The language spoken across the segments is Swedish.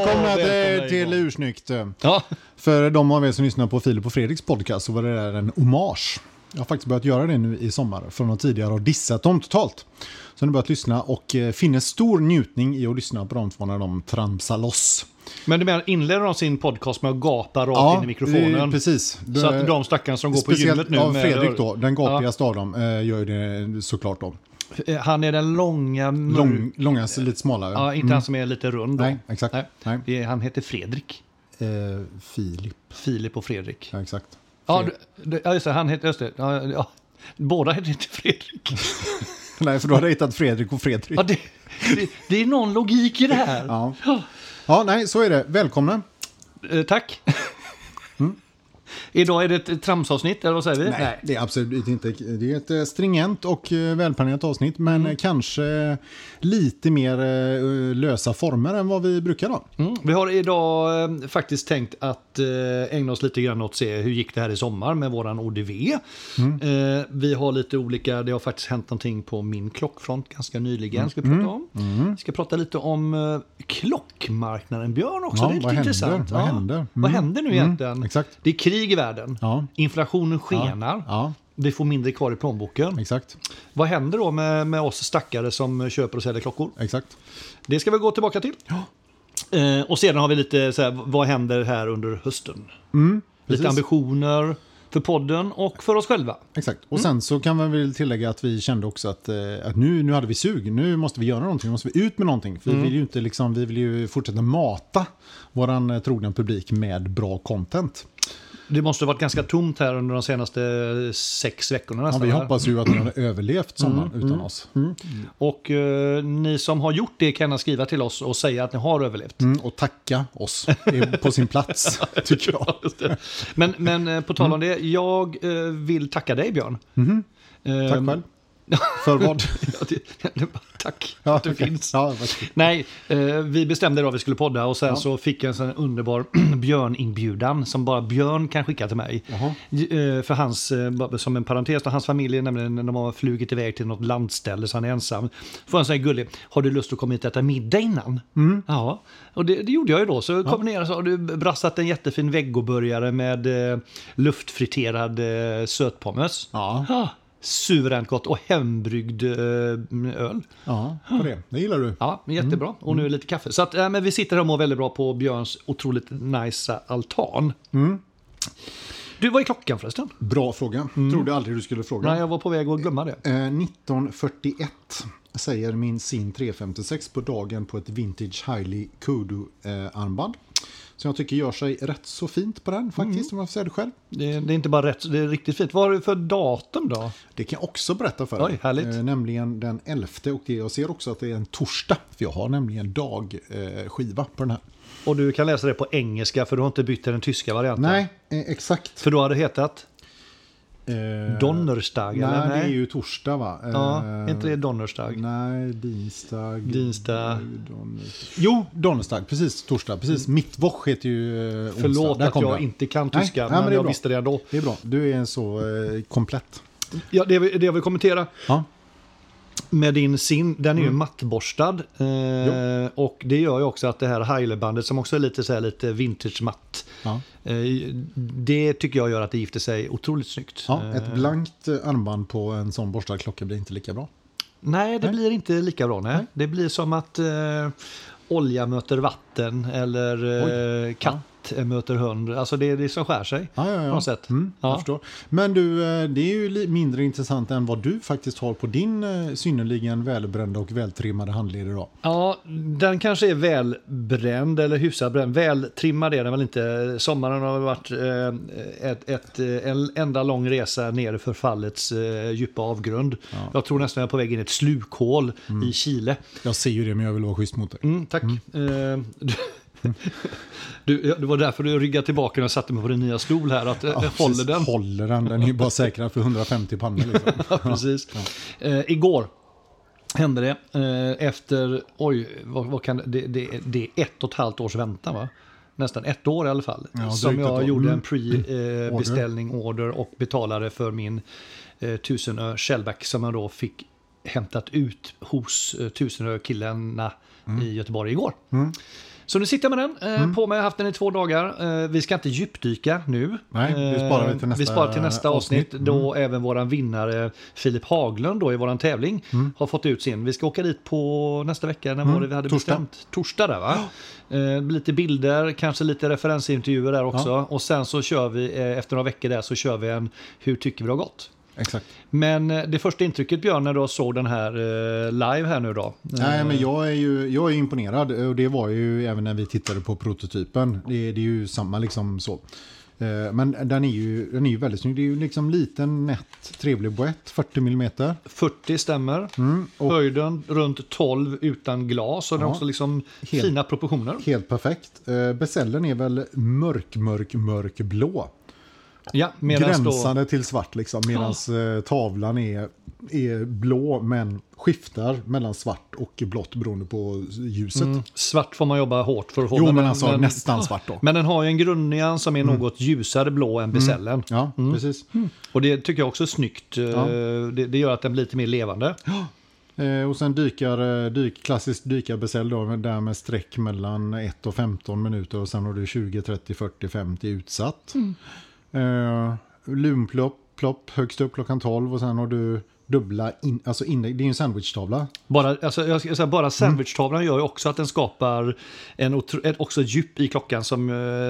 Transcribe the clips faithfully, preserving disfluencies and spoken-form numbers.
välkomna till, välkomna till Ursnyggt. Ja. För de av er som lyssnar på Filip och Fredriks podcast så var det där en hommage. Jag har faktiskt börjat göra det nu i sommar från att tidigare har dissat dem totalt. Så nu har jag börjat lyssna och finner stor njutning i att lyssna på dem när de tramsar loss. Men du menar, inleder de sin podcast med att gapa rakt Ja, in i mikrofonen? Ja, precis. Så att de stackare som går på gymmet nu... Ja, med Fredrik då, den gapigaste ja. av dem, äh, gör ju det såklart då. Han är den långa... Lång, långa, lite smalare. Ja, inte mm. han som är lite rund då. Nej, exakt. Nej. Nej. Han heter Fredrik. Eh, Filip. Filip och Fredrik. Ja, exakt. Ja, du, ja, just det. Han heter... Just det. Ja, ja. Båda heter inte Fredrik. Nej, för då hade jag hittat Fredrik och Fredrik. Ja, det, det, det är någon logik i det här. Ja. Ja, nej, så är det. Välkomna. Eh, tack. Mm. Idag är det ett tramsavsnitt, eller vad säger vi? Nej, Nej, det är absolut inte. Det är ett stringent och välplanerat avsnitt, men mm. kanske lite mer lösa former än vad vi brukar ha. Mm. Vi har idag eh, faktiskt tänkt att eh, ägna oss lite grann åt att se hur gick det här i sommar med våran O D V. Mm. Eh, vi har lite olika, det har faktiskt hänt någonting på min klockfront ganska nyligen, mm. ska vi prata om. Mm. Vi ska prata lite om eh, klockmarknaden, Björn, också. Ja, det är lite vad intressant. Händer? Vad, ja. händer? Mm. vad händer nu egentligen? Mm. Exakt. Det är krig i världen. Ja. Inflationen skenar. Ja. Ja. Vi får mindre kvar i plånboken. Exakt. Vad händer då med, med oss stackare som köper och säljer klockor? Exakt. Det ska vi gå tillbaka till. Ja. Eh, och sedan har vi lite så här, vad händer här under hösten? Mm, lite ambitioner för podden och för oss själva. Exakt. Och sen mm. så kan man väl tillägga att vi kände också att, att nu, nu hade vi sug. Nu måste vi göra någonting. Nu måste vi ut med någonting. För mm. vi vill ju inte liksom, vi vill ju fortsätta mata våran trogna publik med bra content. Det måste ha varit ganska tomt här under de senaste sex veckorna nästan. Ja, vi hoppas ju att ni har överlevt sommaren mm, utan mm, oss. Mm. Mm. Och uh, ni som har gjort det kan skriva till oss och säga att ni har överlevt. Mm, och tacka oss på sin plats, tycker jag. men, men på tal om det, jag uh, vill tacka dig, Björn. Mm. Uh, Tack själv. För vad? Tack ja, att du okay. finns. Ja, Nej, eh, vi bestämde då att vi skulle podda och sen ja. så fick jag en sån underbar Björn-inbjudan som bara Björn kan skicka till mig. Uh-huh. Eh, för hans, eh, som en parentes, hans familj, nämligen när de har flugit iväg till något landställe så han är ensam. Får han säga, gullig, har du lust att komma hit och äta middag innan? Mm. Ja, och det, det gjorde jag ju då. Så ja. kom ner och så har du brassat en jättefin vegoburgare med eh, luftfriterad eh, sötpommes. Ja. Ja. Suveränt gott och hembryggd eh, öl. Ja, på det. Det gillar du. Ja, jättebra. Mm. Och nu är lite kaffe. Så att, äh, men vi sitter här och mår väldigt bra på Björns otroligt nice altan. Mm. Du, vad är klockan förresten? Bra fråga. Mm. Trodde aldrig du skulle fråga. Nej, jag var på väg att glömma det. Eh, nitton fyrtioett säger min Sin tre femtiosex på dagen på ett vintage Hailey Kudu-armband. Så jag tycker gör sig rätt så fint på den faktiskt, mm. om jag får säga det själv. Det, det är inte bara rätt, det är riktigt fint. Vad har du för datum då? Det kan jag också berätta för dig. Oj, härligt. Eh, nämligen den elfte och det, jag ser också att det är en torsdag. För jag har nämligen dagskiva eh, på den här. Och du kan läsa det på engelska för du har inte bytt till den tyska varianten. Nej, eh, exakt. För då hade det hetat? Eh, Donnerstag, nej, eller? Nej, det är ju torsdag, va? Eh, ja, är inte det Donnerstag? Nej, dinsdag. Dinsdag. Donnerstag. Jo, Donnerstag, precis, torsdag. Precis, mm. Mittwoch heter ju eh, onsdag. Förlåt att jag det. inte kan tyska, nej, men, nej, men jag bra. visste det ändå. Det är bra, du är så eh, komplett. Ja, det, det jag vill kommentera. Ja. Med din Sin, den är mm. ju mattborstad. Eh, och det gör ju också att det här Hailey-bandet som också är lite, så här, lite vintage matt. Ja. Eh, det tycker jag gör att det gifter sig otroligt snyggt. Ja, ett blankt armband på en sån borstad klocka blir inte lika bra. Nej, det nej. blir inte lika bra. Nej. Nej. Det blir som att eh, olja möter vatten eller eh, katt. Ja. möter hund. Alltså det är det som skär sig. Ja, ja, ja. På något sätt. Mm, ja. Jag förstår. Men du, det är ju mindre intressant än vad du faktiskt har på din synnerligen välbrända och vältrimmade handled idag. Ja, den kanske är välbränd eller hyfsat bränd. Vältrimmad är den väl inte. Sommaren har varit eh, ett, ett, en enda lång resa ner för fallets eh, djupa avgrund. Ja. Jag tror nästan jag är på väg in i ett slukhål mm. i Chile. Jag ser ju det, men jag vill vara schysst mot dig. Mm, tack. Mm. Eh, Du, det var därför du ryggade tillbaka och satte mig på den nya stol här. Att, ja, håller den? Håller den, den är ju bara säkrad för hundrafemtio pannor. Liksom. Ja, precis. Ja. Eh, igår hände det. Eh, efter, oj, vad, vad kan det, det, det är ett och ett halvt års väntan, va? Nästan ett år i alla fall. Ja, som jag gjorde en pre-beställning, eh, order och betalade för min eh, tusenö Shellback som jag då fick hämtat ut hos eh, tusenö-killarna mm. i Göteborg igår. Mm. Så nu sitter jag med den eh, mm. på mig. Jag har haft den i två dagar. Eh, vi ska inte djupdyka nu. Nej, vi sparar vi till nästa, vi sparar till nästa avsnitt. avsnitt. Mm. Då även våran vinnare Filip Haglund då, i våran tävling mm. har fått ut sin. Vi ska åka dit på nästa vecka. När mm. var det vi hade Torsdag. bestämt? Torsdag där va? Eh, lite bilder, kanske lite referensintervjuer där också. Ja. Och sen så kör vi, eh, efter några veckor där så kör vi en hur tycker vi det har gått. Exakt. Men det första intrycket, Björn, när du såg den här eh, live här nu då? Nej, men jag är ju jag är imponerad, och det var ju även när vi tittade på prototypen. Det, det är ju samma liksom så. Eh, men den är ju den är ju väldigt snygg. Det är ju liksom liten, nätt, trevlig boett, fyrtio millimeter. fyrtio stämmer. Mm, och höjden runt tolv utan glas, och ja, den har också liksom helt, fina proportioner. Helt perfekt. Eh, Bezellen är väl mörk, mörk, mörk blå. Ja, gränsande då... till svart liksom, medan ja. tavlan är, är blå men skiftar mellan svart och blått beroende på ljuset. Mm. Svart får man jobba hårt för att få. Jo, men, men alltså men, nästan svart då. Men den har ju en grundnyans som är mm. något ljusare blå än Bezellen. Mm. Ja, mm. precis. Mm. Och det tycker jag också är snyggt. Ja. Det, det gör att den blir lite mer levande. Ja. Eh, och sen dykar, dyk, klassiskt dykarbezell då, där med streck mellan ett och femton minuter, och sen har du tjugo, trettio, fyrtio, femtio utsatt. Mm. Uh, lumplopp plopp högst upp klockan tolv, och sen har du dubbla in, alltså in, det är ju en sandwichtavla. Bara, alltså, jag ska säga, bara sandwichtavlan mm. gör ju också att den skapar en ett, också djup i klockan som,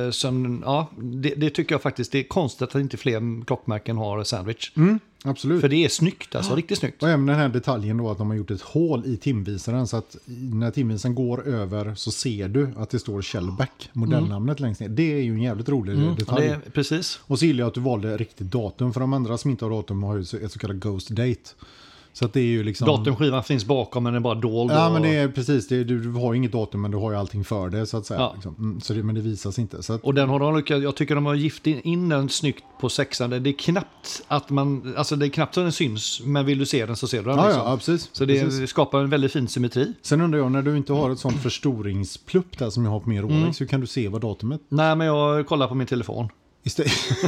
som ja, det, det tycker jag faktiskt, det är konstigt att inte fler klockmärken har sandwich. Mm, absolut. För det är snyggt, alltså, ja. riktigt snyggt. Och även den här detaljen då att de har gjort ett hål i timvisaren, så att när timvisaren går över så ser du att det står Shellback, modellnamnet mm. längst ner. Det är ju en jävligt rolig mm. detalj. Det är, precis. Och så gillar jag att du valde riktigt datum, för de andra som inte har datum har ju ett så kallat ghost date. Så att det är ju liksom... Datumskivan finns bakom, men den är bara dold. Ja, och... men det är precis. Det är, du, du har inget datum, men du har ju allting för det, så att säga. Ja. Liksom. Mm, så det, men det visas inte. Så att... Och den har de lyckats, jag tycker de har gift in, in den snyggt på sexan. Det är knappt att man, alltså det är knappt att den syns, men vill du se den så ser du den. Ja, liksom. ja, precis. Så det precis. skapar en väldigt fin symmetri. Sen undrar jag, när du inte har ett sånt förstoringsplupp där som jag har på min Rolex, mm. så kan du se vad datumet? Nej, men jag kollar på min telefon. Det,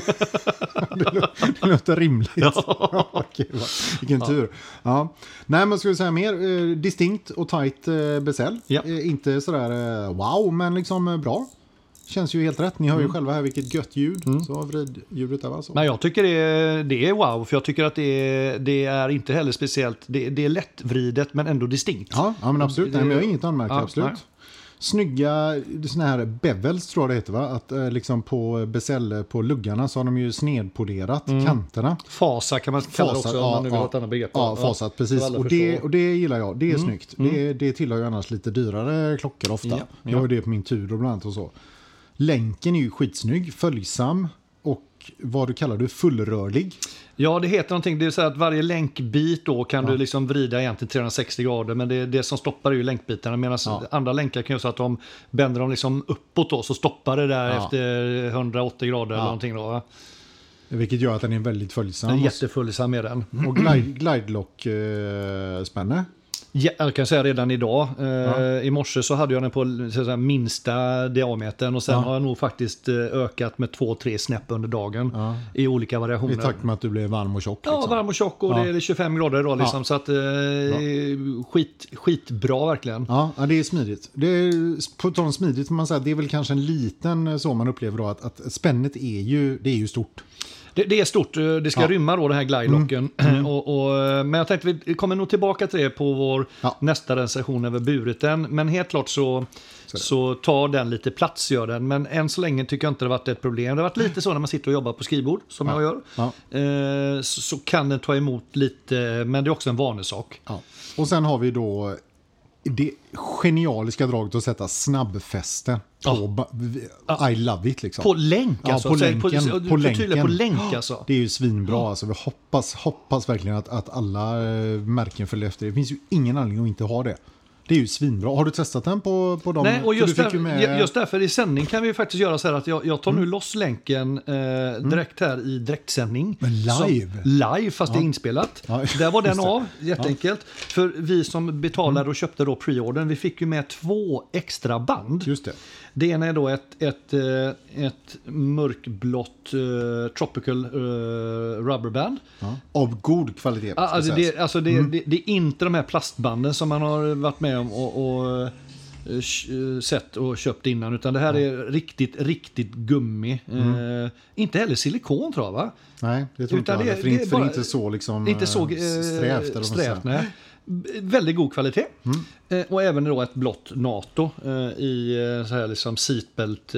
det låter rimligt. Ja. Okej, vilken ja. tur. Ja. Nej, men ska vi säga mer eh, distinkt och tight eh, bezel. Ja. Eh, inte sådär eh, wow, men liksom eh, bra. Känns ju helt rätt. Ni hör ju mm. själva här vilket gött ljud. Mm. Så vrid ljudet där, va? Så. Men jag tycker det är, det är wow, för jag tycker att det är, det är inte heller speciellt, det, det är lättvridet men ändå distinkt. Ja, ja men absolut. Nej, men jag har inget anmärkt, ja, absolut. Nej. Snygga såna här bevels tror jag det heter, va? Att eh, liksom på bezel på luggarna så har de ju snedpolerat mm. kanterna. Fasa kan man kalla det också, ja, om man nu vill ja, ha ett annat begrepp. Ja, fasat, precis. Och det, och det gillar jag. Det är mm. snyggt. Mm. Det, det tillhör ju annars lite dyrare klockor ofta. Ja, ja. Jag har ju det på min Tudor bland annat och så. Länken är ju skitsnygg, följsam och vad du kallar du fullrörlig. Ja, det heter någonting. Det är så att varje länkbit då kan ja. du liksom vrida egentligen trehundrasextio grader, men det, det som stoppar är ju länkbitarna, medan ja. andra länkar kan ju så att de bänder dem liksom uppåt då, så stoppar det där ja. efter hundraåttio grader ja. eller någonting då. Vilket gör att den är väldigt följsam. Den är jätteföljsam med den. Och glide, glide lock eh, spänne. Ja, jag kan säga redan idag. Eh, ja. I morse så hade jag den på så säga, minsta diametern, och sen ja. har jag nog faktiskt ökat med två, tre snäpp under dagen ja. i olika variationer. I takt med att du blir varm och tjock. Liksom. Ja, varm och tjock, och ja. det är tjugofem grader idag liksom, ja. så att eh, ja. skit, skitbra verkligen. Ja, det är smidigt. Det är, på tal om smidigt, man säger, det är väl kanske en liten så man upplever då, att, att spännet är ju, det är ju stort. Det, det är stort, det ska ja. rymma då, den här glidelocken. Mm. Mm. och, och, men jag tänkte vi kommer nog tillbaka till det på vår ja. nästa recension över buriten. Men helt klart så, så, så tar den lite plats, gör den. Men än så länge tycker jag inte det har varit ett problem. Det har varit lite så när man sitter och jobbar på skrivbord, som ja. jag gör. Ja. Eh, så, så kan den ta emot lite, men det är också en vanesak. Ja. Och sen har vi då det genialiska draget att sätta snabbfäste på ja. I love it liksom. På länk alltså. Ja, på länken. På, på, länken. på länk alltså. Det är ju svinbra ja. alltså. Vi hoppas, hoppas verkligen att, att alla märken följer efter. Det finns ju ingen anledning att inte ha det. Det är ju svinbra. Har du testat den på, på dem? Nej, och just, där, med... just därför i sändning kan vi faktiskt göra så här att jag, jag tar nu mm. loss länken eh, direkt här i direktsändning. Men live? Så, live, fast ja. det är inspelat. Ja. Där var den av, jätteenkelt. Ja. För vi som betalade mm. och köpte då preordern, vi fick ju med två extra band. Just det. Det ena är då ett, ett, ett mörkblått uh, tropical uh, rubberband. Ja. Av god kvalitet. Alltså, det, alltså det, mm. det, det är inte de här plastbanden som man har varit med om och, och uh, sett och köpt innan. Utan det här är riktigt, riktigt gummi. Mm. Uh, inte heller silikon tror jag, va? Nej, det tror utan inte jag. Det, för det är bara, inte så liksom inte så, uh, strävt. strävt nej. Väldigt god kvalitet. Mm. Eh, och även då ett blått NATO eh, i eh, så här liksom seatbelt eh,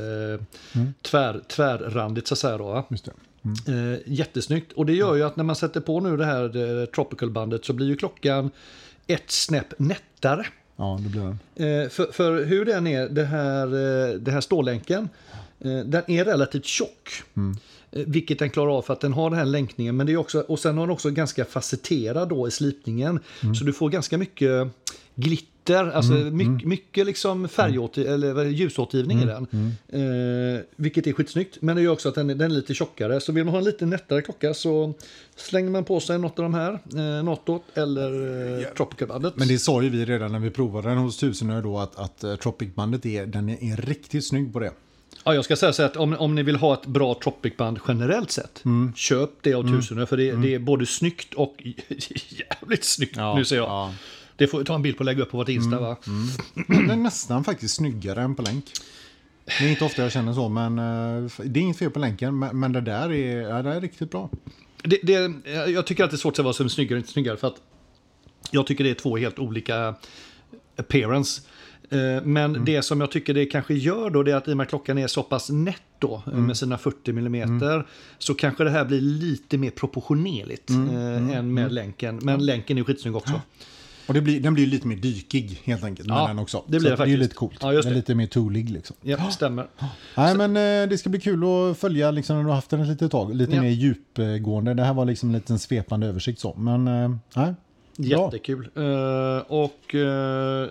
mm. tvär, tvärrandigt så att säga då. Just det. Mm. Eh, jättesnyggt. Och det gör ju att när man sätter på nu det här eh, Tropical-bandet så blir ju klockan ett snäpp nättare. Ja, det blir den. Eh, för, för hur den är, det här, eh, det här stålänken, eh, den är relativt tjock. Mm. Vilket den klarar av för att den har den här länkningen. Men det är också, och sen har den också ganska facetterad då i slipningen. Mm. Så du får ganska mycket glitter. Alltså mm. mycket, mycket liksom färgåt, eller ljusåtergivning mm. i den. Mm. Eh, vilket är skitsnyggt. Men det gör också att den, den är lite tjockare. Så vill man ha en lite nättare klocka så slänger man på sig något av de här. Eh, Natot eller eh, yeah. Tropical-bandet. Men det sa ju vi redan när vi provade den hos Tusenö då. Att, att uh, Tropic-bandet är, den är, är riktigt snygg på det. Ja, jag ska säga så att om, om ni vill ha ett bra Tropic-band generellt sett, mm. köp det av Tusenö, mm. för det, mm. det är både snyggt och jävligt snyggt. Ja, nu ser jag. Ja. Det får vi ta en bild på och lägga upp på vårt Insta, mm. va? Mm. Det är nästan faktiskt snyggare än på länk. Det är inte ofta jag känner så, men uh, det är inget fel på länken, men, men det där är, ja, det är riktigt bra. Det, det, jag tycker att det är svårt att säga vad som är snyggare och inte snyggare, för att jag tycker det är två helt olika appearance. Men mm. det som jag tycker det kanske gör då, det är att i och med att klockan är så pass nätt då, mm. med sina fyrtio millimeter, mm. så kanske det här blir lite mer proportionerligt mm. Mm. än med mm. länken. Men mm. länken är skitsnygg också. Ja. Och det blir, den blir lite mer dykig helt enkelt. Ja, den också. Det blir det faktiskt. Det är lite coolt. Ja, just det. Det är lite mer toolig liksom. Ja, stämmer. Nej, men det ska bli kul att följa liksom, när du har haft den ett litet tag. Lite ja. mer djupgående. Det här var liksom en liten svepande översikt så. Men nej. Jättekul. Uh, och... Uh,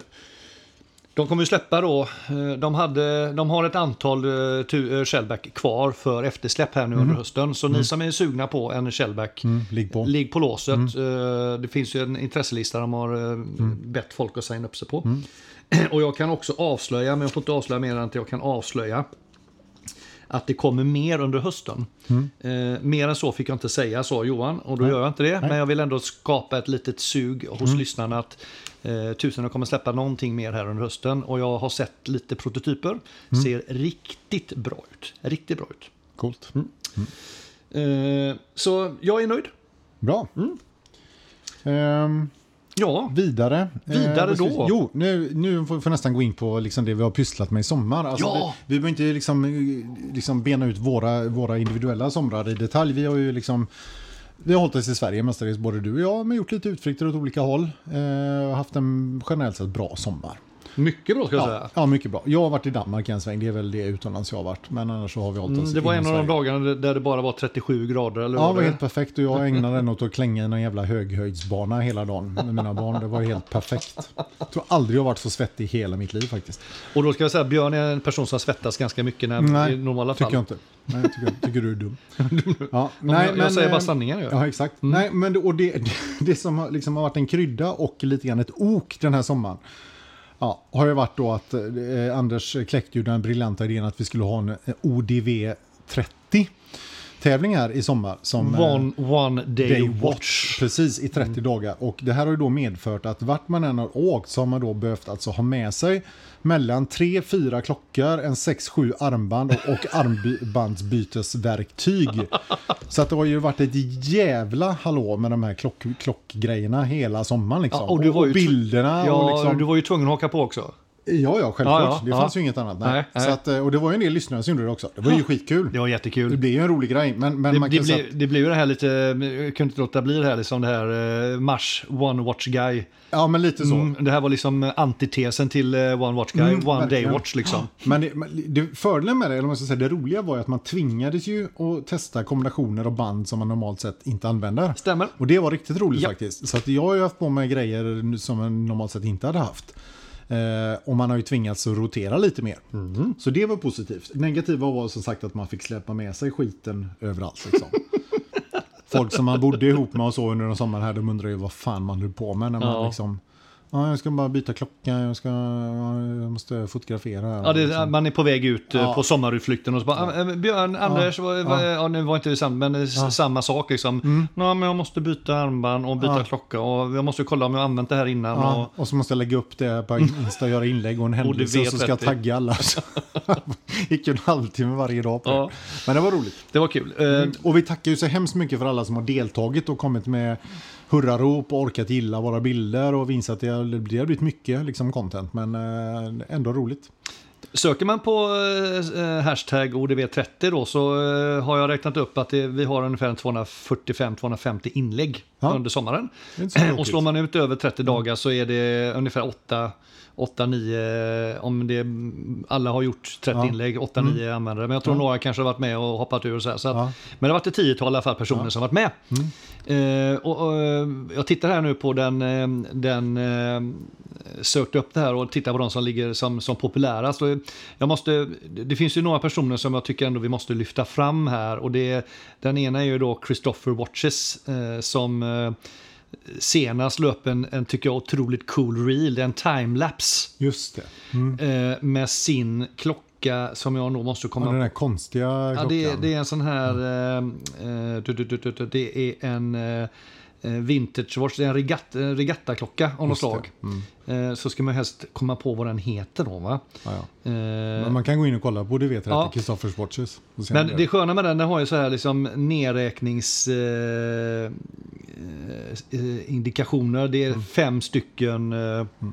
De kommer ju släppa då, de, hade, de har ett antal uh, Shellback kvar för eftersläpp här nu mm. under hösten. Så mm. ni som är sugna på en Shellback, mm. ligg, på. ligg på låset. Mm. Uh, det finns ju en intresselista de har uh, mm. bett folk att signa upp sig på. Mm. Och jag kan också avslöja, men jag får inte avslöja mer än att jag kan avslöja att det kommer mer under hösten. Mm. Eh, mer än så fick jag inte säga, sa Johan. Och då Nej. gör jag inte det. Nej. Men jag vill ändå skapa ett litet sug hos mm. lyssnarna att eh, Tusenö kommer släppa någonting mer här under hösten. Och jag har sett lite prototyper. Mm. Ser riktigt bra ut. Riktigt bra ut. Coolt. Mm. Mm. Eh, så jag är nöjd. Bra. Mm. Um. Ja, vidare. Vidare eh, då? Jo, nu, nu får vi nästan gå in på liksom det vi har pysslat med i sommar. Alltså ja. vi, vi behöver inte liksom, liksom bena ut våra, våra individuella somrar i detalj. Vi har ju liksom vi har hållit oss i Sverige mestadels, både du och jag, men gjort lite utflykter åt olika håll. Eh, haft en generellt sett bra sommar. Mycket bra ska jag ja, säga. Ja, mycket bra. Jag har varit i Danmark en sväng, det är väl det utomlands jag har varit. Men annars så har vi hållit oss mm, Det var en av de dagarna där det bara var trettiosju grader. Eller ja, det var helt perfekt och jag ägnade den åt att klänga i någon jävla höghöjdsbana hela dagen med mina barn. Det var helt perfekt. Jag tror aldrig jag har varit så svettig i hela mitt liv faktiskt. Och då ska jag säga att Björn är en person som svettas ganska mycket när, nej, i normala fall. Tycker jag inte. Nej, jag tycker, tycker du är dum. Ja, nej, jag, men, jag säger bara sanningen. Ja, ja exakt. Mm. Nej, men det, och det, det, det som har, liksom har varit en krydda och lite grann ett ok den här sommaren. Ja, har ju varit då att eh, Anders kläckte ju den briljanta idén att vi skulle ha en eh, O D V trettio tävling här i sommar. Som, one, eh, one day, day watch. watch. Precis, i trettio mm. dagar. Och det här har ju då medfört att vart man än har åkt så har man då behövt alltså ha med sig mellan tre, fyra klockor, en sex, sju armband och, och armbandsbytesverktyg. Så att det har ju varit ett jävla hallå med de här klock, klockgrejerna hela sommaren liksom. Ja, och, du var och ju bilderna. Ja, och liksom, du var ju tvungen att haka på också. Ja, ja, självklart. Ja, ja, det ja. fanns ju inget annat. Nej. Nej, så att, och det var ju en del lyssnare som gjorde det också. Det var ju skitkul. Det var jättekul. Det blev ju en rolig grej. Men, men det, man det, kan blir, att... det blir ju det här lite, jag kunde inte låta bli det här, liksom det här uh, Mars One Watch Guy. Ja, men lite så. Mm, det här var liksom antitesen till uh, One Watch Guy, mm, One verkligen. Day Watch liksom. Men det, det, fördelen med det, eller man ska säga, det roliga var ju att man tvingades ju att testa kombinationer av band som man normalt sett inte använder. Stämmer. Och det var riktigt roligt ja. faktiskt. Så att jag har ju haft på mig grejer som man normalt sett inte hade haft. Eh, och man har ju tvingats att rotera lite mer. Mm. Så det var positivt. Negativa var som sagt att man fick släppa med sig skiten överallt. Liksom. Folk som man bodde ihop med och så under en sommar här, de undrar ju vad fan man höll på med när man ja. liksom... Ja, jag ska bara byta klocka, jag, ska, jag måste fotografera. Ja, det, liksom. Man är på väg ut ja. på sommarutflykten och så bara, ja. Björn, Anders, ja. Var, var, ja. Ja, nu var inte det samma, men ja. samma sak liksom. Mm. Ja, men jag måste byta armband och byta ja. klocka och jag måste kolla om jag har använt det här innan. Ja. Och... och så måste jag lägga upp det på Insta och göra inlägg och en händelse och så ska jag tagga alla. Gick en halvtimme varje dag på ja. Men det var roligt. Det var kul. Mm. Och vi tackar ju så hemskt mycket för alla som har deltagit och kommit med hurrarop och orkat gilla våra bilder och visat att det har, det har blivit mycket liksom content, men äh, ändå roligt. Söker man på äh, hashtag O D V trettio då så äh, har jag räknat upp att det, vi har ungefär tvåhundrafyrtiofem till tvåhundrafemtio inlägg ja. under sommaren. Och slår man ut över trettio mm. dagar så är det ungefär åtta åtta nio, om det alla har gjort trettio ja. inlägg, åtta nio mm. användare. Men jag tror ja. några kanske har varit med och hoppat ur och så här. Så att, ja. Men det har varit ett tiotal i alla fall personer ja. som varit med. Mm. Uh, och, och jag tittar här nu på den, den uh, sökt upp det här och tittar på de som ligger som, som populära. Så jag måste, det finns ju några personer som jag tycker ändå vi måste lyfta fram här. Och det, den ena är ju då Christopher Watches uh, som uh, senast löp en, en tycker jag otroligt cool reel, det är en timelapse. Just det. Mm. Eh, med sin klocka som jag nog måste komma ja, den här konstiga klockan. Ja, det, det är en sån här mm. eh, du, du, du, du, det är en eh, vintage watch, det är en regatta, regattaklocka av något slag. Mm. Eh, så ska man helst komma på vad den heter då, va? Ja, ja. Eh, Men man kan gå in och kolla på det vet ja. Christophers Watches. Men det. det sköna med den, den har ju så här liksom nedräknings eh, indikationer. Det är mm. fem stycken eh, mm.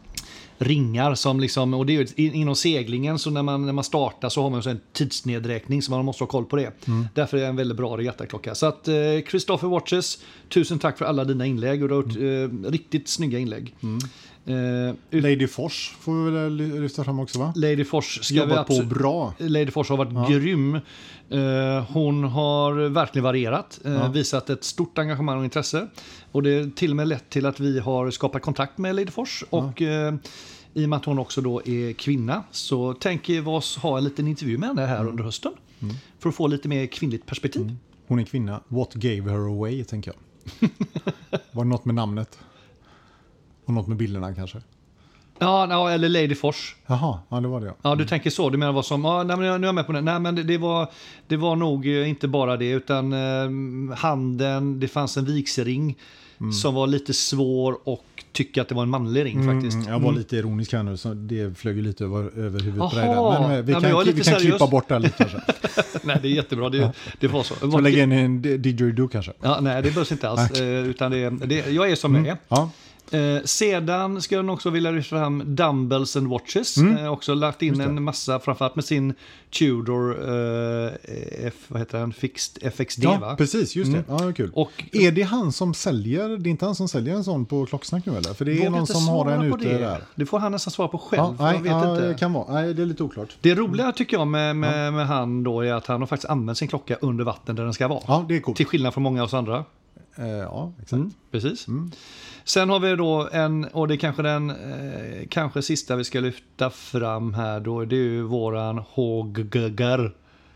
ringar som liksom, och det är ju inom seglingen, så när man, när man startar så har man så en tidsnedräkning så man måste ha koll på det. Mm. Därför är det en väldigt bra regattaklocka. Så att eh, Christopher Watches, tusen tack för alla dina inlägg och du har gjort mm. eh, riktigt snygga inlägg. Mm. Uh, Lady Fors får vi väl lyfta fram också, va? Lady Fors ska jobbat vi på bra. Lady Fors har varit ja. grym. Uh, hon har verkligen varierat, uh, ja. visat ett stort engagemang och intresse. Och det är till och med lett till att vi har skapat kontakt med Lady Fors. Ja. Och uh, i och med att hon också då är kvinna så tänker vi oss ha en liten intervju med henne här mm. under hösten. Mm. För att få lite mer kvinnligt perspektiv. Mm. Hon är kvinna. What gave her away, tänker jag. Var det något med namnet? Och något med bilderna kanske? Ja, ja, eller Lady Fors. Jaha, ja det var det. Ja, ja du mm. tänker så. Du menar vad som... Ja, nej, men nu är jag med på det. Nej, men det, det, var, det var nog inte bara det, utan eh, handen, det fanns en vigselring mm. som var lite svår och tycka att det var en manlig ring mm, faktiskt. Jag var mm. lite ironisk här nu, så det flög lite över, över huvudet Aha, på dig där. Men vi ja, kan, men vi kan klippa bort det lite kanske. Nej, det är jättebra. Det, ja. det var så. Så lägga in en didgeridoo kanske? Ja, nej, det behövs inte alls. eh, utan det, det, jag är som mm. jag är. Ja. Eh, sedan ska jag också vilja lyfta fram Dumbbells and Watches. Mm. Eh, också lagt in en massa, framförallt med sin Tudor eh, F, vad heter den? Fixed F X D, ja, va? Precis, just det. Mm. Ja, kul. Och, är det han som säljer, det är inte han som säljer en sån på Klocksnack nu eller? För det är någon som har den ute det. där. Det får han nästan svara på själv. Ja, nej, jag vet ja, inte. Det kan vara. Nej, det är lite oklart. Det roliga tycker jag med, med, ja. med han då är att han har faktiskt använt sin klocka under vatten där den ska vara. Ja, det är coolt. Till skillnad från många av oss andra. Eh, ja, exakt. Mm, precis. Mm. Sen har vi då en, och det är kanske den eh, kanske sista vi ska lyfta fram här då, det är ju våran Håggar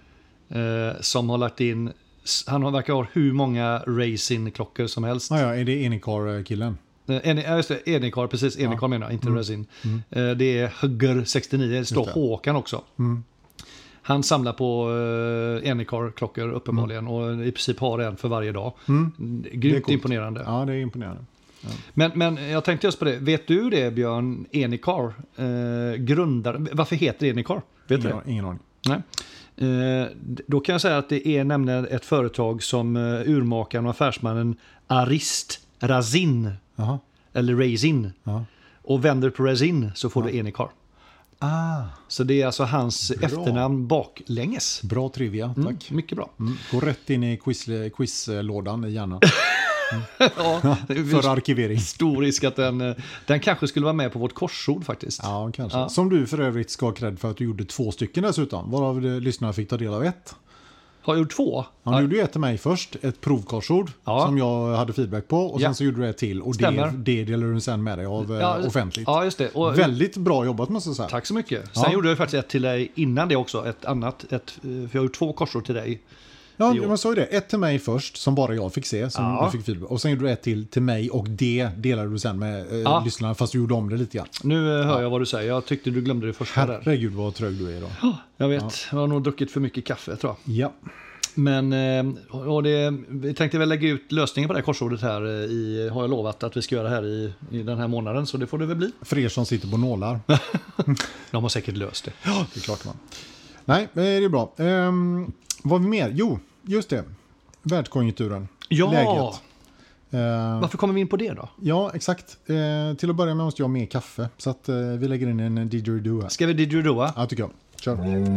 eh, som har lagt in, han har verkar ha hur många racing-klockor som helst. Ah, ja, är det Enicar-killen? Eh, ja, just det, Enicar, precis, Enicar ja. menar jag, inte mm. racing. Mm. Eh, det är Hugger sextionio, det står Håkan också. Mm. Han samlar på eh, Enicar-klockor uppenbarligen mm. och i princip har en för varje dag. Mm. Grymt imponerande. Ja, det är imponerande. Ja. Men, men jag tänkte just på det. Vet du det, Björn? Enicar eh, grundar. Varför heter det Enicar? Vet ingen, du? Ingen aning. Nej. Eh, då kan jag säga att det är nämligen ett företag som uh, urmakaren och affärsmannen Arist Razin Aha. eller Razin Aha. och vänder på Razin så får Aha. du Enicar. Ah. Så det är alltså hans bra. efternamn baklänges. Bra trivia, tack. Mm, mycket bra. Mm. Gå rätt in i quiz, quizlådan i hjärnan. Mm. ja, för arkivering. Stor risk att den, den kanske skulle vara med på vårt korsord faktiskt. Ja, kanske. Ja. Som du för övrigt ska ha cred för att du gjorde två stycken dessutom. Varav lyssnarna fick ta del av ett. Har jag gjort två? Ja, du gjorde ju ett till mig först. Ett provkorsord ja. som jag hade feedback på. Och sen ja. så gjorde du ett till. Och det, det delar du sen med dig av ja, offentligt. Ja, just det. Och, väldigt bra jobbat måste jag säga. Tack så mycket. Sen ja. gjorde jag faktiskt ett till dig innan det också. Ett annat. Ett, för jag har gjort två korsord till dig. Ja, man sa ju det. Ett till mig först, som bara jag fick se. Som ja. du fick feedback. Och sen gjorde du ett till till mig och det delade du sen med eh, ja. lyssnarna, fast du gjorde om det lite grann. Nu eh, hör ja. jag vad du säger. Jag tyckte du glömde det första där. Herregud vad trög du är idag. Ja, jag vet. Ja. Jag har nog druckit för mycket kaffe, tror jag. Ja. Men och det, vi tänkte väl lägga ut lösningen på det här korsordet här i, har jag lovat att vi ska göra här i, i den här månaden, så det får det väl bli. För er som sitter på nålar. De har säkert löst det. Ja, det är klart man. Nej, det är bra. Um, vad har vi mer? Jo, just det. Världskonjunkturen. Ja! Läget. Uh, Varför kommer vi in på det då? Ja, exakt. Uh, till att börja med måste jag ha mer kaffe. Så att uh, vi lägger in en didgeridoo här. Ska vi didgeridooa? Ja, tycker jag. Kör.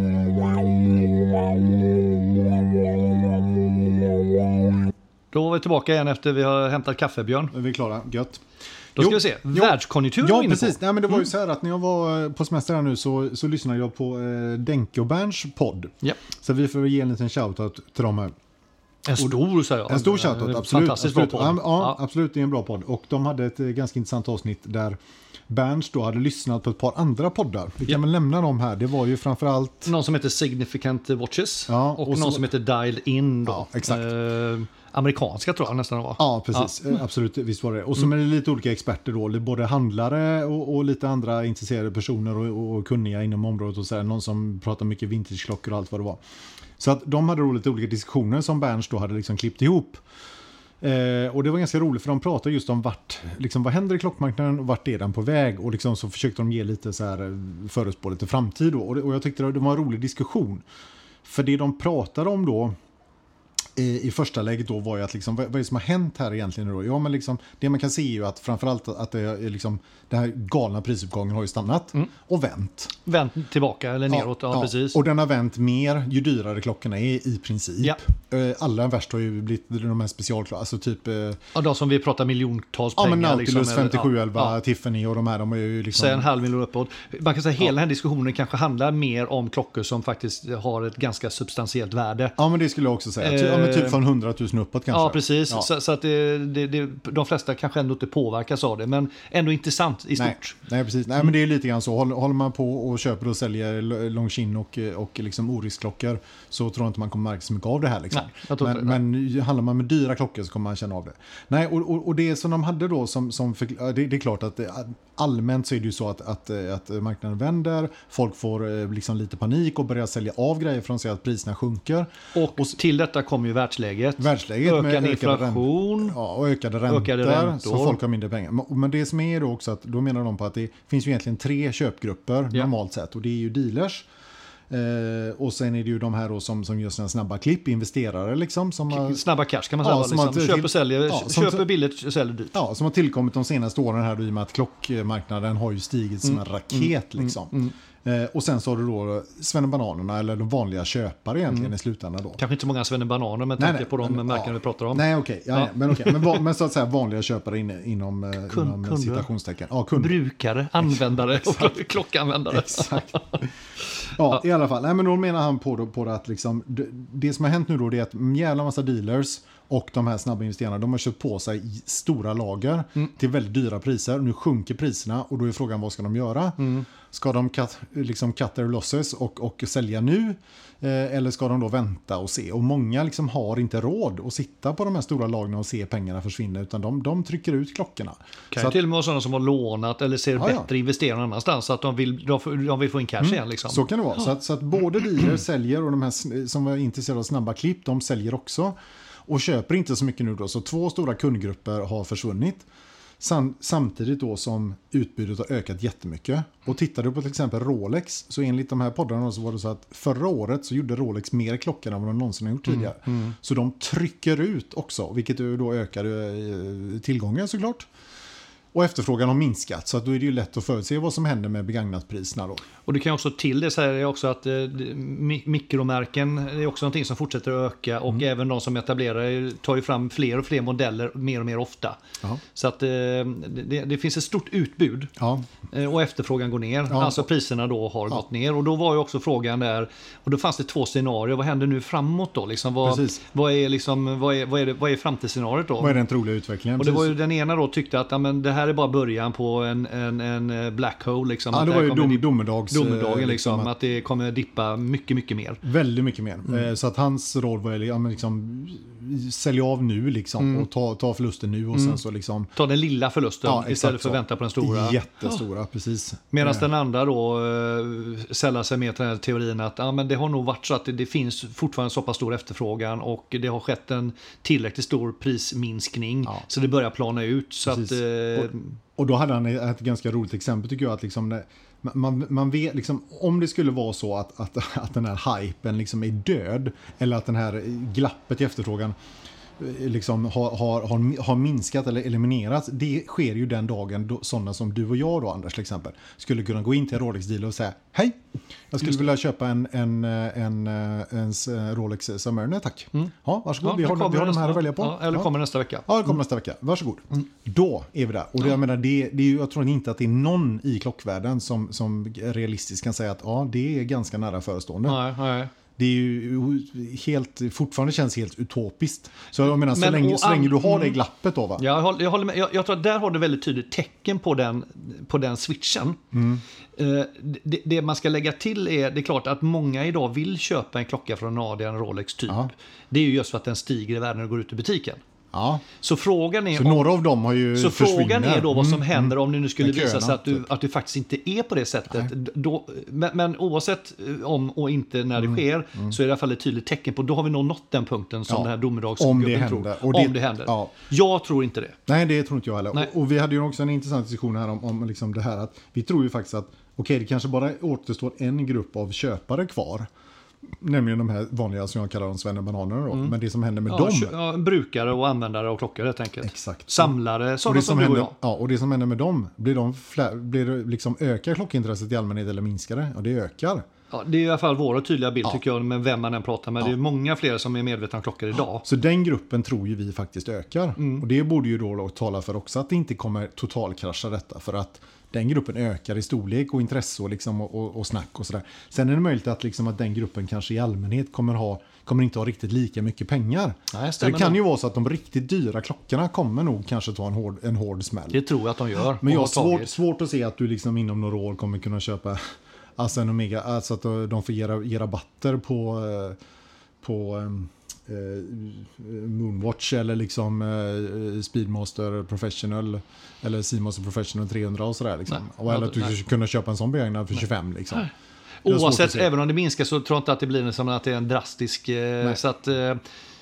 Då var vi tillbaka igen efter vi har hämtat kaffe, Björn. Är vi klara? Gött. Då ska jo, vi se. Världskonjunkturen ja, var inne precis. på. Nej, men det var ju mm. så här att när jag var på semester här nu så, så lyssnade jag på eh, Denke och Berns podd. Ja. Så vi får ge en liten shoutout till dem här. En stor, säger jag. En stor shoutout, absolut. Fantastiskt absolut. bra podd. Ja, ja, absolut. Det är en bra podd. Och de hade ett eh, ganska intressant avsnitt där Berns då hade lyssnat på ett par andra poddar. Vi kan ja. väl nämna dem här. Det var ju framförallt... Någon som heter Significant Watches. Ja, och, och någon så... som heter Dial In. Då. Ja, exakt. Eh, amerikanska tror jag nästan det var. Ja, precis. Ja. Absolut, visst var det. Och så mm. är det lite olika experter då. Både handlare och, och lite andra intresserade personer och, och kunniga inom området. Och så här, någon som pratar mycket vintageklockor och allt vad det var. Så att de hade då lite olika diskussioner som Berns då hade liksom klippt ihop. Eh, och det var ganska roligt för de pratade just om vart, liksom, vad händer i klockmarknaden och vart är den på väg, och liksom så försökte de ge lite så här förutspå lite framtid då. Och, det, och jag tyckte det var en rolig diskussion, för det de pratade om då i, i första läget då var ju att liksom, vad, vad är det som har hänt här egentligen då? Ja, men liksom, det man kan se är ju att framförallt att det är liksom, den här galna prisuppgången har ju stannat mm. och vänt. Vänt tillbaka eller neråt, ja, ja, ja, precis. Och den har vänt mer ju dyrare klockorna är i princip. Ja. Allra värst har ju blivit de här specialklockorna, alltså typ... Ja, de som vi pratar miljontals ja, pengar. Ja, men Nautilus liksom, femtiosju elva, ja. Tiffany och de här, de är ju liksom... Så en halv miljon uppåt. Man kan säga att hela ja. den här diskussionen kanske handlar mer om klockor som faktiskt har ett ganska substantiellt värde. Ja, men det skulle jag också säga. Eh, ja, men typ från hundratusen uppåt kanske. Ja, precis. Ja. Så, så att det, det, det, de flesta kanske ändå inte påverkas av det, men ändå intressant i nej, stort. Nej, precis. Nej, men det är lite grann så. Håller, håller man på och köper och säljer Longines och, och liksom Oris-klockor, så tror jag inte man kommer märka så mycket av det här. Liksom. Nej, men, det, men handlar man med dyra klockor så kommer man känna av det. Nej, och, och, och det som de hade då, som, som för, det, det är klart att allmänt så är det ju så att, att, att marknaden vänder, folk får liksom lite panik och börjar sälja av grejer för att se att priserna sjunker. Och, och till detta kommer ju världsläget. Världsläget ökad med inflation. Räntor, ja, och ökade räntor, ökade räntor. Så folk har mindre pengar. Men det som är då också att då menar de på att det finns ju egentligen tre köpgrupper ja. normalt sett, och det är ju dealers. Eh, och sen är det ju de här då som, som gör sina snabba klipp, investerare liksom. Som har, snabba cash kan man säga. Ja, liksom. har, köper, säljer, ja, köper billigt, säljer dyrt. Ja, som har tillkommit de senaste åren här då, i och med att klockmarknaden har ju stigit som mm. en raket mm. liksom. Mm. Eh, och sen så har du då svennebananerna, eller de vanliga köpare egentligen mm. i slutändan då. Kanske inte så många svennebananer med tanke på de märken ja. vi pratar om. Nej, okej. Okay, ja, ja. Men, okay. men, men så att säga vanliga köpare in, inom, Kund, inom kunder. citationstecken. Ja, kunder. Brukare, användare och klockanvändare. Exakt. Ja, i alla fall. Nej, men då menar han på, då, på det att liksom, det, det som har hänt nu då, det är att en jävla massa dealers och de här snabba investerarna, de har köpt på sig stora lager mm. till väldigt dyra priser. Nu sjunker priserna och då är frågan, vad ska de göra? Mm. Ska de cut, liksom cut their losses och, och sälja nu? Eh, eller ska de då vänta och se? Och många liksom har inte råd att sitta på de här stora lagren och se pengarna försvinna, utan de, de trycker ut klockorna. Kan så ju till och med vara sådana som har lånat eller ser ja, ja. bättre investera någon annanstans, så att de vill, de, de vill få in cash mm. igen. Liksom. Så kan det vara. Så att, så att både dealer säljer och de här som var intresserade av snabba klipp, de säljer också. Och köper inte så mycket nu då. Så två stora kundgrupper har försvunnit. Sam- samtidigt då som utbudet har ökat jättemycket. Och tittar du på till exempel Rolex, så enligt de här poddarna så var det så att förra året så gjorde Rolex mer klockor än vad de någonsin har gjort tidigare. Mm, mm. Så de trycker ut också, vilket då ökar tillgången såklart. Och efterfrågan har minskat, så att då är det ju lätt att förutse vad som händer med begagnatpriserna då. Och det kan också till det säga också att eh, mikromärken är också någonting som fortsätter att öka, och mm. även de som etablerar tar ju fram fler och fler modeller mer och mer ofta. Aha. Så att eh, det, det finns ett stort utbud ja. eh, och efterfrågan går ner, ja. alltså priserna då har ja. gått ner. Och då var ju också frågan där, och då fanns det två scenarier, vad händer nu framåt då? Liksom, vad, vad, är liksom, vad, är, vad, är det, vad är framtidsscenariot då? Vad är den troliga utvecklingen? Och det var ju den ena då tyckte att ja, men det här här är bara början på en, en, en black hole. Liksom, ja, att det var ju dom, dip- domedags, domedagen. Liksom, liksom, att, att det kommer dippa mycket, mycket mer. Väldigt mycket mer. Mm. Så att hans roll var ja, men liksom, sälja av nu liksom, mm. och ta, ta förlusten nu och mm. sen så liksom... Ta den lilla förlusten ja, istället för att vänta på den stora. Jättestora, oh. precis. Medan den andra då uh, säljer sig med till den här teorin att ja, men det har nog varit så att det, det finns fortfarande så pass stor efterfrågan och det har skett en tillräckligt stor prisminskning ja. Så det börjar plana ut. Så att, uh, och, och då hade han ett ganska roligt exempel tycker jag att liksom det, man, man vet liksom, om det skulle vara så att, att, att den här hypen liksom är död eller att den här glappet i efterfrågan liksom har, har, har, har minskat eller eliminerats. Det sker ju den dagen då sådana som du och jag då, Anders till exempel, skulle kunna gå in till en Rolex-dealer och säga hej, jag skulle vilja köpa en, en, en, en, en Rolex Submariner, tack. Mm. Ja, varsågod, ja, vi har, vi har de här att välja på. Ja, eller kommer ja. nästa vecka. Ja, det kommer mm. nästa vecka. Varsågod. Mm. Då är vi där. Och det, jag menar, det, det är ju, jag tror inte att det är någon i klockvärlden som, som realistiskt kan säga att ja, det är ganska nära förestående. Nej, nej. Det är ju helt, fortfarande känns helt utopiskt. Så jag menar, så, Men, länge, och, så länge du har det glappet då va? Ja, jag, håller, jag, håller med. Jag, jag tror att där har du väldigt tydligt tecken på den, på den switchen. Mm. Uh, det, det man ska lägga till är, det är klart att många idag vill köpa en klocka från en A D, en Rolex typ. Aha. Det är ju just för att den stiger i världen och går ut i butiken. Ja. Så frågan är så om, några av dem har ju så frågan är då vad som mm, händer om det nu skulle köna, visa sig att du, typ. att du faktiskt inte är på det sättet. Då, men, men oavsett om och inte när det mm, sker mm. så är det i alla fall ett tydligt tecken på då har vi nog nått den punkten som ja, den här domedagsgubben tror. Och det, om det händer. Ja. Jag tror inte det. Nej, det tror inte jag heller. Och, och vi hade ju också en intressant diskussion här om, om liksom det här att vi tror ju faktiskt att okej, okay, det kanske bara återstår en grupp av köpare kvar. Nämligen de här vanliga som jag kallar de svennebananerna då. Mm. Men det som händer med ja, dem... Ja, brukare och användare av klockor helt enkelt. Exakt. Samlare, sådana som, som du händer, och jag. Ja, och det som händer med dem, blir, de flä, blir det liksom ökar klockintresset i allmänhet eller minskar det? Ja, det ökar. Ja, det är i alla fall vår tydliga bild ja. tycker jag med vem man än pratar med. Ja. Det är många fler som är medvetna om klockor idag. Så den gruppen tror ju vi faktiskt ökar. Mm. Och det borde ju då tala för också att det inte kommer totalkrascha detta. För att den gruppen ökar i storlek och intresse och, liksom och, och, och snack och sådär. Sen är det möjligt att, liksom att den gruppen kanske i allmänhet kommer, ha, kommer inte ha riktigt lika mycket pengar. Nej, så det kan nog. ju vara så att de riktigt dyra klockorna kommer nog kanske ta en hård, en hård smäll. Det tror jag att de gör. Men jag har svårt, svårt att se att du liksom inom några år kommer kunna köpa alltså en Omega, alltså att de får ge, ge rabatter på, på eh, Moonwatch eller liksom eh, Speedmaster Professional eller Seamaster Professional trehundra och sådär liksom. Och eller att du nej. skulle kunna köpa en sån begagnad för tjugofem liksom. Nej. Oavsett, även om det minskar så tror jag inte att det blir som att det är en drastisk eh, så att eh,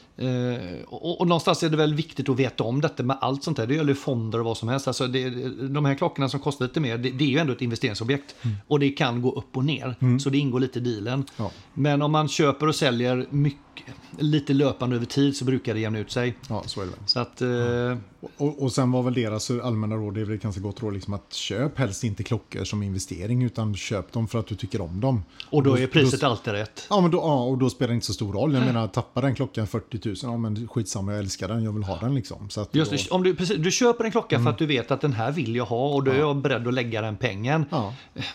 Uh, och, och någonstans är det väl viktigt att veta om detta med allt sånt här. Det gäller fonder och vad som helst. Alltså det, de här klockorna som kostar lite mer, det, det är ju ändå ett investeringsobjekt. Mm. Och det kan gå upp och ner. Mm. Så det ingår lite i dealen. Ja. Men om man köper och säljer mycket, lite löpande över tid så brukar det jämna ut sig. Ja, så är det. Så att, uh, ja. och, och sen var väl deras allmänna råd, det är väl ett ganska gott råd liksom att köp helst inte klockor som investering utan köp dem för att du tycker om dem. Och då, och då är priset då, alltid rätt. Ja, men då, ja, och då spelar det inte så stor roll. Jag menar, tappar den klockan fyrtio tusen, ja men skitsamma, jag älskar den, jag vill ha den liksom. Så att Just då... det, om du, precis, du köper en klocka mm. för att du vet att den här vill jag ha och då är jag beredd att lägga den pengen. Ja.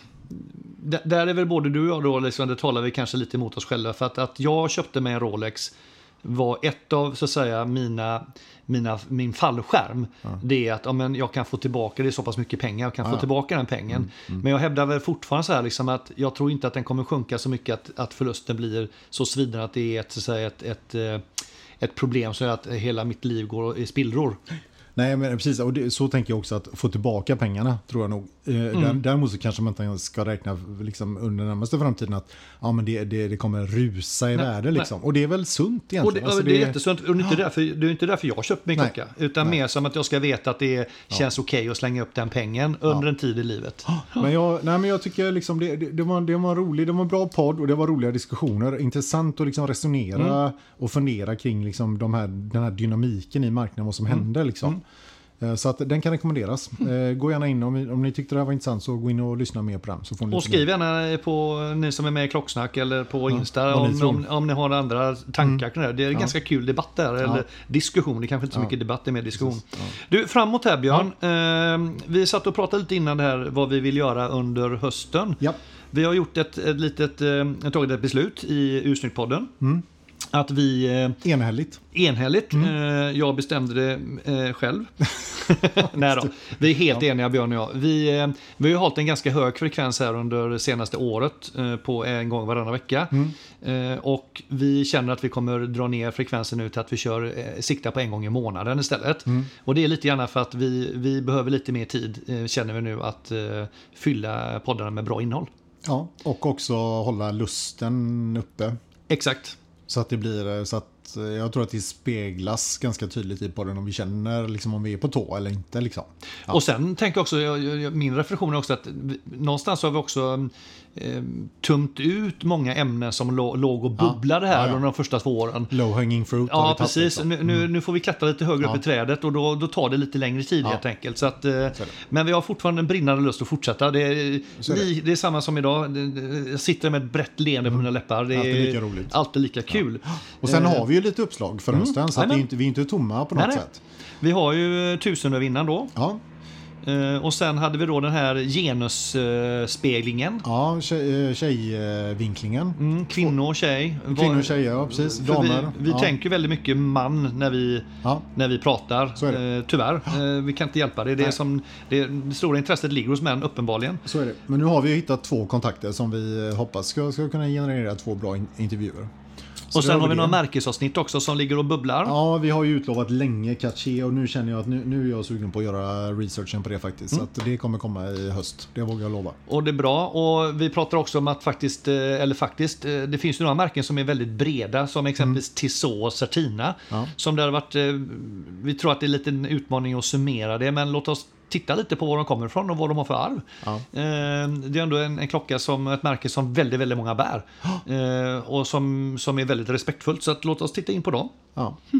D- där är väl både du och jag då, liksom, det talar vi kanske lite emot oss själva, för att, att jag köpte mig en Rolex var ett av så att säga mina, mina, min fallskärm. Ja. Det är att ja, men jag kan få tillbaka, det är så pass mycket pengar, jag kan ja. få tillbaka den pengen. Mm, mm. Men jag hävdar väl fortfarande så här liksom att jag tror inte att den kommer sjunka så mycket att, att förlusten blir så svidande att det är ett, så att säga, ett, ett, ett problem så att hela mitt liv går i spillror. Nej, men precis. Och det, så tänker jag också att få tillbaka pengarna, tror jag nog. Mm. Däremot så kanske man inte ska räkna liksom, under den närmaste framtiden att ja, men det, det, det kommer rusa i nej, värde. Liksom. Och det är väl sunt egentligen. Och det, alltså, det, det är jättesunt. Och det är inte därför, det är inte därför jag köpt min klocka. Utan nej. mer som att jag ska veta att det känns ja. okej okay att slänga upp den pengen under ja. en tid i livet. Men jag, nej, men jag tycker liksom det, det, det, var, det var roligt, det var en bra podd och det var roliga diskussioner. Intressant att liksom resonera mm. och fundera kring liksom de här, den här dynamiken i marknaden, vad som mm. händer liksom. Mm. Så att den kan rekommenderas. Mm. Gå gärna in om, om ni tyckte det här var intressant, så gå in och lyssna mer på den. Så får ni och skriv gärna på ni som är med i Klocksnack eller på Insta ja, om, om, om ni har andra tankar kring mm. det. Det är en ja. ganska kul debatt där, ja. eller diskussion. Det är kanske inte så mycket ja. debatt, det är mer diskussion. Ja. Du, framåt här Björn. Ja. Eh, vi satt och pratade lite innan det här vad vi vill göra under hösten. Ja. Vi har gjort ett, ett litet eh, tagit ett beslut i Ursnyggt-podden. Mm. att vi... Eh, enhälligt. Enhälligt. Mm. Eh, jag bestämde det eh, själv. Nej då. Vi är helt ja. eniga, Björn och jag. Vi, eh, vi har ju hållit en ganska hög frekvens här under det senaste året eh, på en gång varannan vecka. Mm. Eh, och vi känner att vi kommer dra ner frekvensen nu till att vi kör eh, sikta på en gång i månaden istället. Mm. Och det är lite gärna för att vi, vi behöver lite mer tid, eh, känner vi nu, att eh, fylla poddarna med bra innehåll. Ja, och också hålla lusten uppe. Exakt. Så att det blir, så att jag tror att det speglas ganska tydligt i podden om vi känner liksom om vi är på tå eller inte liksom. Ja. Och sen tänker jag också, jag, jag, min reflektion är också att vi, någonstans har vi också eh, tumt ut många ämnen som lå, låg och bubblade här ja, ja, ja. under de första två åren. Low hanging fruit. Ja, precis. Nu, nu, nu får vi klättra lite högre ja. upp i trädet och då, då tar det lite längre tid ja. helt enkelt. Så att, eh, så men vi har fortfarande en brinnande lust att fortsätta. Det är, det. det är samma som idag. Jag sitter med ett brett leende mm. på mina läppar. Det är alltid lika roligt. Alltid lika kul. Ja. Och sen eh, har vi ju lite uppslag för hösten mm. så att vi, inte, vi är inte tomma på något nej, sätt. Vi har ju tusenövinnaren då. Ja. Uh, och sen hade vi då den här genusspeglingen. Uh, ja, tjej, tjejvinklingen. Mm, kvinnor och tjej. Kvinnor och tjejer, ja precis. Damer. Vi, vi ja. tänker väldigt mycket man när vi, ja. när vi pratar. Så är det. Uh, tyvärr. Uh, vi kan inte hjälpa det. Det, är som, det, det stora intresset ligger hos män, uppenbarligen. Så är det. Men nu har vi hittat två kontakter som vi hoppas ska, ska kunna generera två bra in- intervjuer. Och sen har vi några märkesavsnitt också som ligger och bubblar. Ja, vi har ju utlovat länge Catché och nu känner jag att nu, nu är jag sugen på att göra researchen på det faktiskt. Mm. Så att det kommer komma i höst, det vågar jag lova. Och det är bra. Och vi pratar också om att faktiskt, eller faktiskt, det finns ju några märken som är väldigt breda som exempelvis mm. Tissot och Certina. Ja. Som det har varit, vi tror att det är lite en utmaning att summera det, men låt oss titta lite på var de kommer ifrån och vad de har för arv. Ja. Det är ändå en, en klocka som ett märke som väldigt, väldigt många bär. Oh. Och som, som är väldigt respektfullt. Så att låt oss titta in på dem. Ja. Hmm.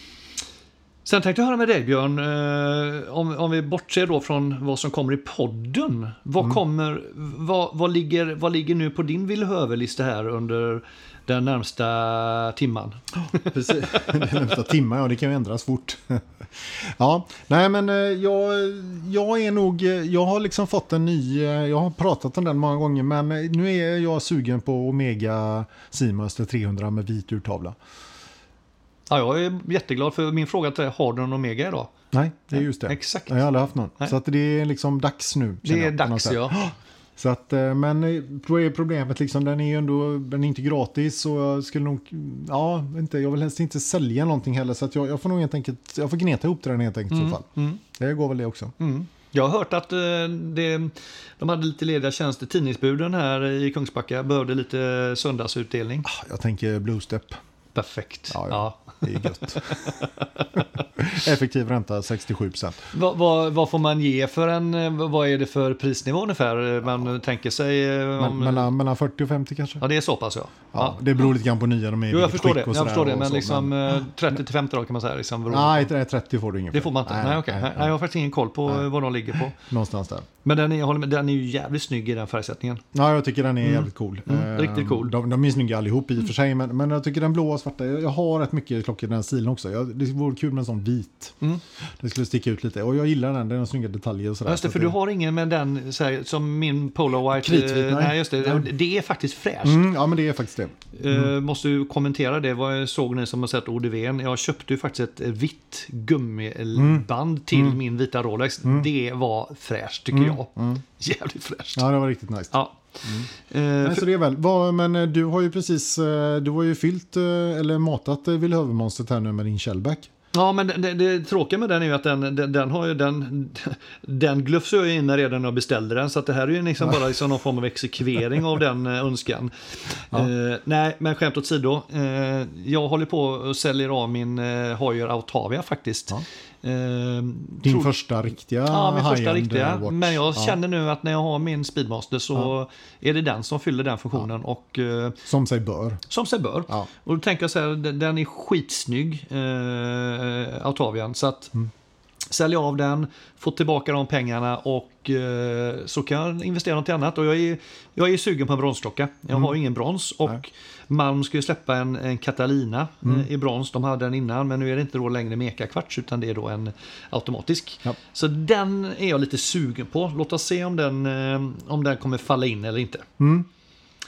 Sen tänkte jag höra med dig, Björn. Om, om vi bortser då från vad som kommer i podden. Vad, mm. kommer, vad, vad, ligger, vad ligger nu på din villhöverlista här under den närmsta timman? Precis, den närmsta timman, ja det kan ju ändras fort. Ja, nej men jag, jag är nog, jag har liksom fått en ny, jag har pratat om den många gånger, men nu är jag sugen på Omega Seamaster trehundra med vit urtavla. Ja, jag är jätteglad för min fråga till dig, har du en Omega idag? Nej, det är just det. Exakt. Jag har aldrig haft någon. Nej. Så att det är liksom dags nu. Det är jag, dags, ja. Så att, men då är problemet liksom, den är ju ändå, den är inte gratis och jag skulle nog, ja, inte, jag vill helst inte sälja någonting heller så att jag, jag får nog helt enkelt, jag får gneta ihop den helt enkelt mm, i så fall. Mm. Det går väl det också. Mm. Jag har hört att det, de hade lite lediga tjänster, tidningsbuden här i Kungsbacka behövde lite söndagsutdelning. Jag tänker Bluestep. Perfekt. Ja, ja. Ja. Det är gött. Effektiv ränta sextiosju procent. Vad, vad, vad får man ge för en, vad är det för prisnivå ungefär? Man ja. tänker sig om... mellan, mellan fyrtio och femtio kanske. Ja, det är så pass ja. Ja, ja. Det beror lite grann på nya. De är jo, jag förstår det. Och jag förstår det, men så, liksom men... trettio till femtio då kan man säga. Liksom, nej, trettio får du ingen. Det får man inte. Nej, nej, okay. nej, nej. Jag har faktiskt ingen koll på nej. vad de ligger på. Någonstans där. Men den är, jag håller med, den är ju jävligt snygg i den färgsättningen. Ja, jag tycker den är mm. jävligt cool. Mm, riktigt cool. De, de är snygga allihop i och för sig, men, men jag tycker den blåa och svarta, jag, jag har rätt mycket klockor i den stilen också. Jag, det vore kul med en sån vit. Mm. Det skulle sticka ut lite. Och jag gillar den, den har snygga detaljer och sådär. Just det, för så du det... har ingen med den så här, som min Polo White. Kritvit, nej. nej, just det. Ja. Det är faktiskt fräscht. Mm, ja, men det är faktiskt det. Mm. Uh, måste du kommentera det? Vad såg ni som har sett O D V:n? Jag köpte ju faktiskt ett vitt gummiband mm. till mm. min vita Rolex. Mm. Det var fräscht tycker mm. jag. Mm. Jävligt fräscht. Ja, det var riktigt nice. Ja. Mm. Uh, men, så det är väl. Vad, men du har ju precis, du har ju fyllt eller matat Villhövermonstret här nu med din Shellback. Ja, men det, det, det tråkiga med den är ju att den, den, den har ju den, den glufsar jag in redan när jag beställde den, så att det här är ju liksom bara liksom någon form av exekvering av den önskan. Ja. Eh, nej, men skämt åt sido. Eh, jag håller på och säljer av min eh, Heuer Autavia faktiskt. Ja. Eh, Din tror, första riktiga Ja, min första riktiga. Watch. Men jag ja. känner nu att när jag har min Speedmaster så ja. är det den som fyller den funktionen. Ja. Och, eh, som sig bör. Som sig bör. Ja. Och då tänker jag så här, den är skitsnygg, eh, Autavian. Så att mm. sälja av den, få tillbaka de pengarna och eh, så kan jag investera något annat. Och jag är, jag är sugen på en bronsklocka. Jag mm. har ingen brons och Nej. Malm ska ju släppa en, en Catalina mm. eh, i brons. De hade den innan, men nu är det inte då längre meka-kvarts utan det är då en automatisk. Ja. Så den är jag lite sugen på. Låt oss se om den, eh, om den kommer falla in eller inte. Mm.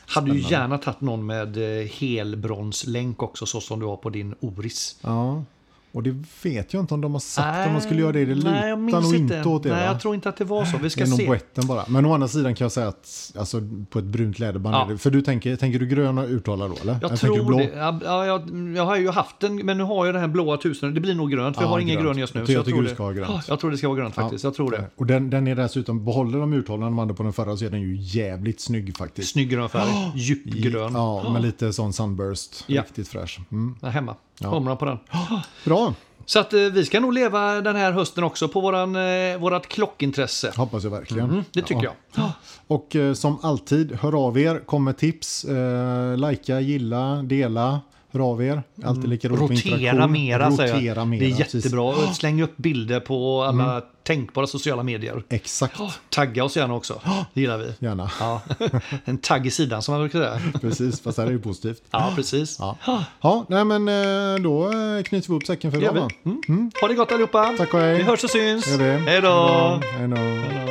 Hade ju gärna tagit någon med eh, helbronslänk också, så som du har på din Oris. Ja. Och det vet jag inte om de har sagt Nej, om man skulle göra det. Det lutar jag nog inte, inte åt det. Nej, va? jag tror inte att det var så. Vi ska det är nog se. boetten bara. Men å andra sidan kan jag säga att alltså, på ett brunt läderband. Ja. Är det, för du tänker, tänker du gröna urtalar då? Eller? Jag, jag tror blå. det. Ja, ja, jag, jag har ju haft den, men nu har jag den här blåa tusen. Det blir nog grönt, för Ja, jag har ingen grönt. grön just nu. Jag, så jag, jag, tycker tror du det. ska ha grönt. Jag tror det ska vara grönt faktiskt. Ja. Jag tror det. Och den, den är dessutom, behåller de urtalarna de hade på den förra, så är den ju jävligt snygg faktiskt. Snygg grön färg. Djupgrön. Ja, med lite sån sunburst. Ja. Riktigt fräsch. Mm. Där hemma. Ja. Kommer på den. Bra, Så att eh, vi ska nog leva den här hösten också på våran, eh, vårat klockintresse. hoppas jag verkligen. Mm, det tycker Ja. jag. Och eh, som alltid, hör av er, kom med tips, eh, likea, gilla, dela, hör av er. Alltid lika roligt med Rotera interaktion. mera, säger Rotera jag. mera, Det är precis. jättebra. Släng upp bilder på alla tänkbara sociala medier. Exakt, Tagga oss gärna också. Det gillar vi. gärna. Ja. En tagg i sidan som man brukar säga. Precis, fast här är det ju positivt. Ja, precis. Ja, ja nej, men eh, då eh, knyter vi ihop säcken för Det gör idag. vi. va? Mm. Ha det gott allihopa. Tack och hej. Vi hörs och syns. Gör det. Hej då. Hej då. Hej då.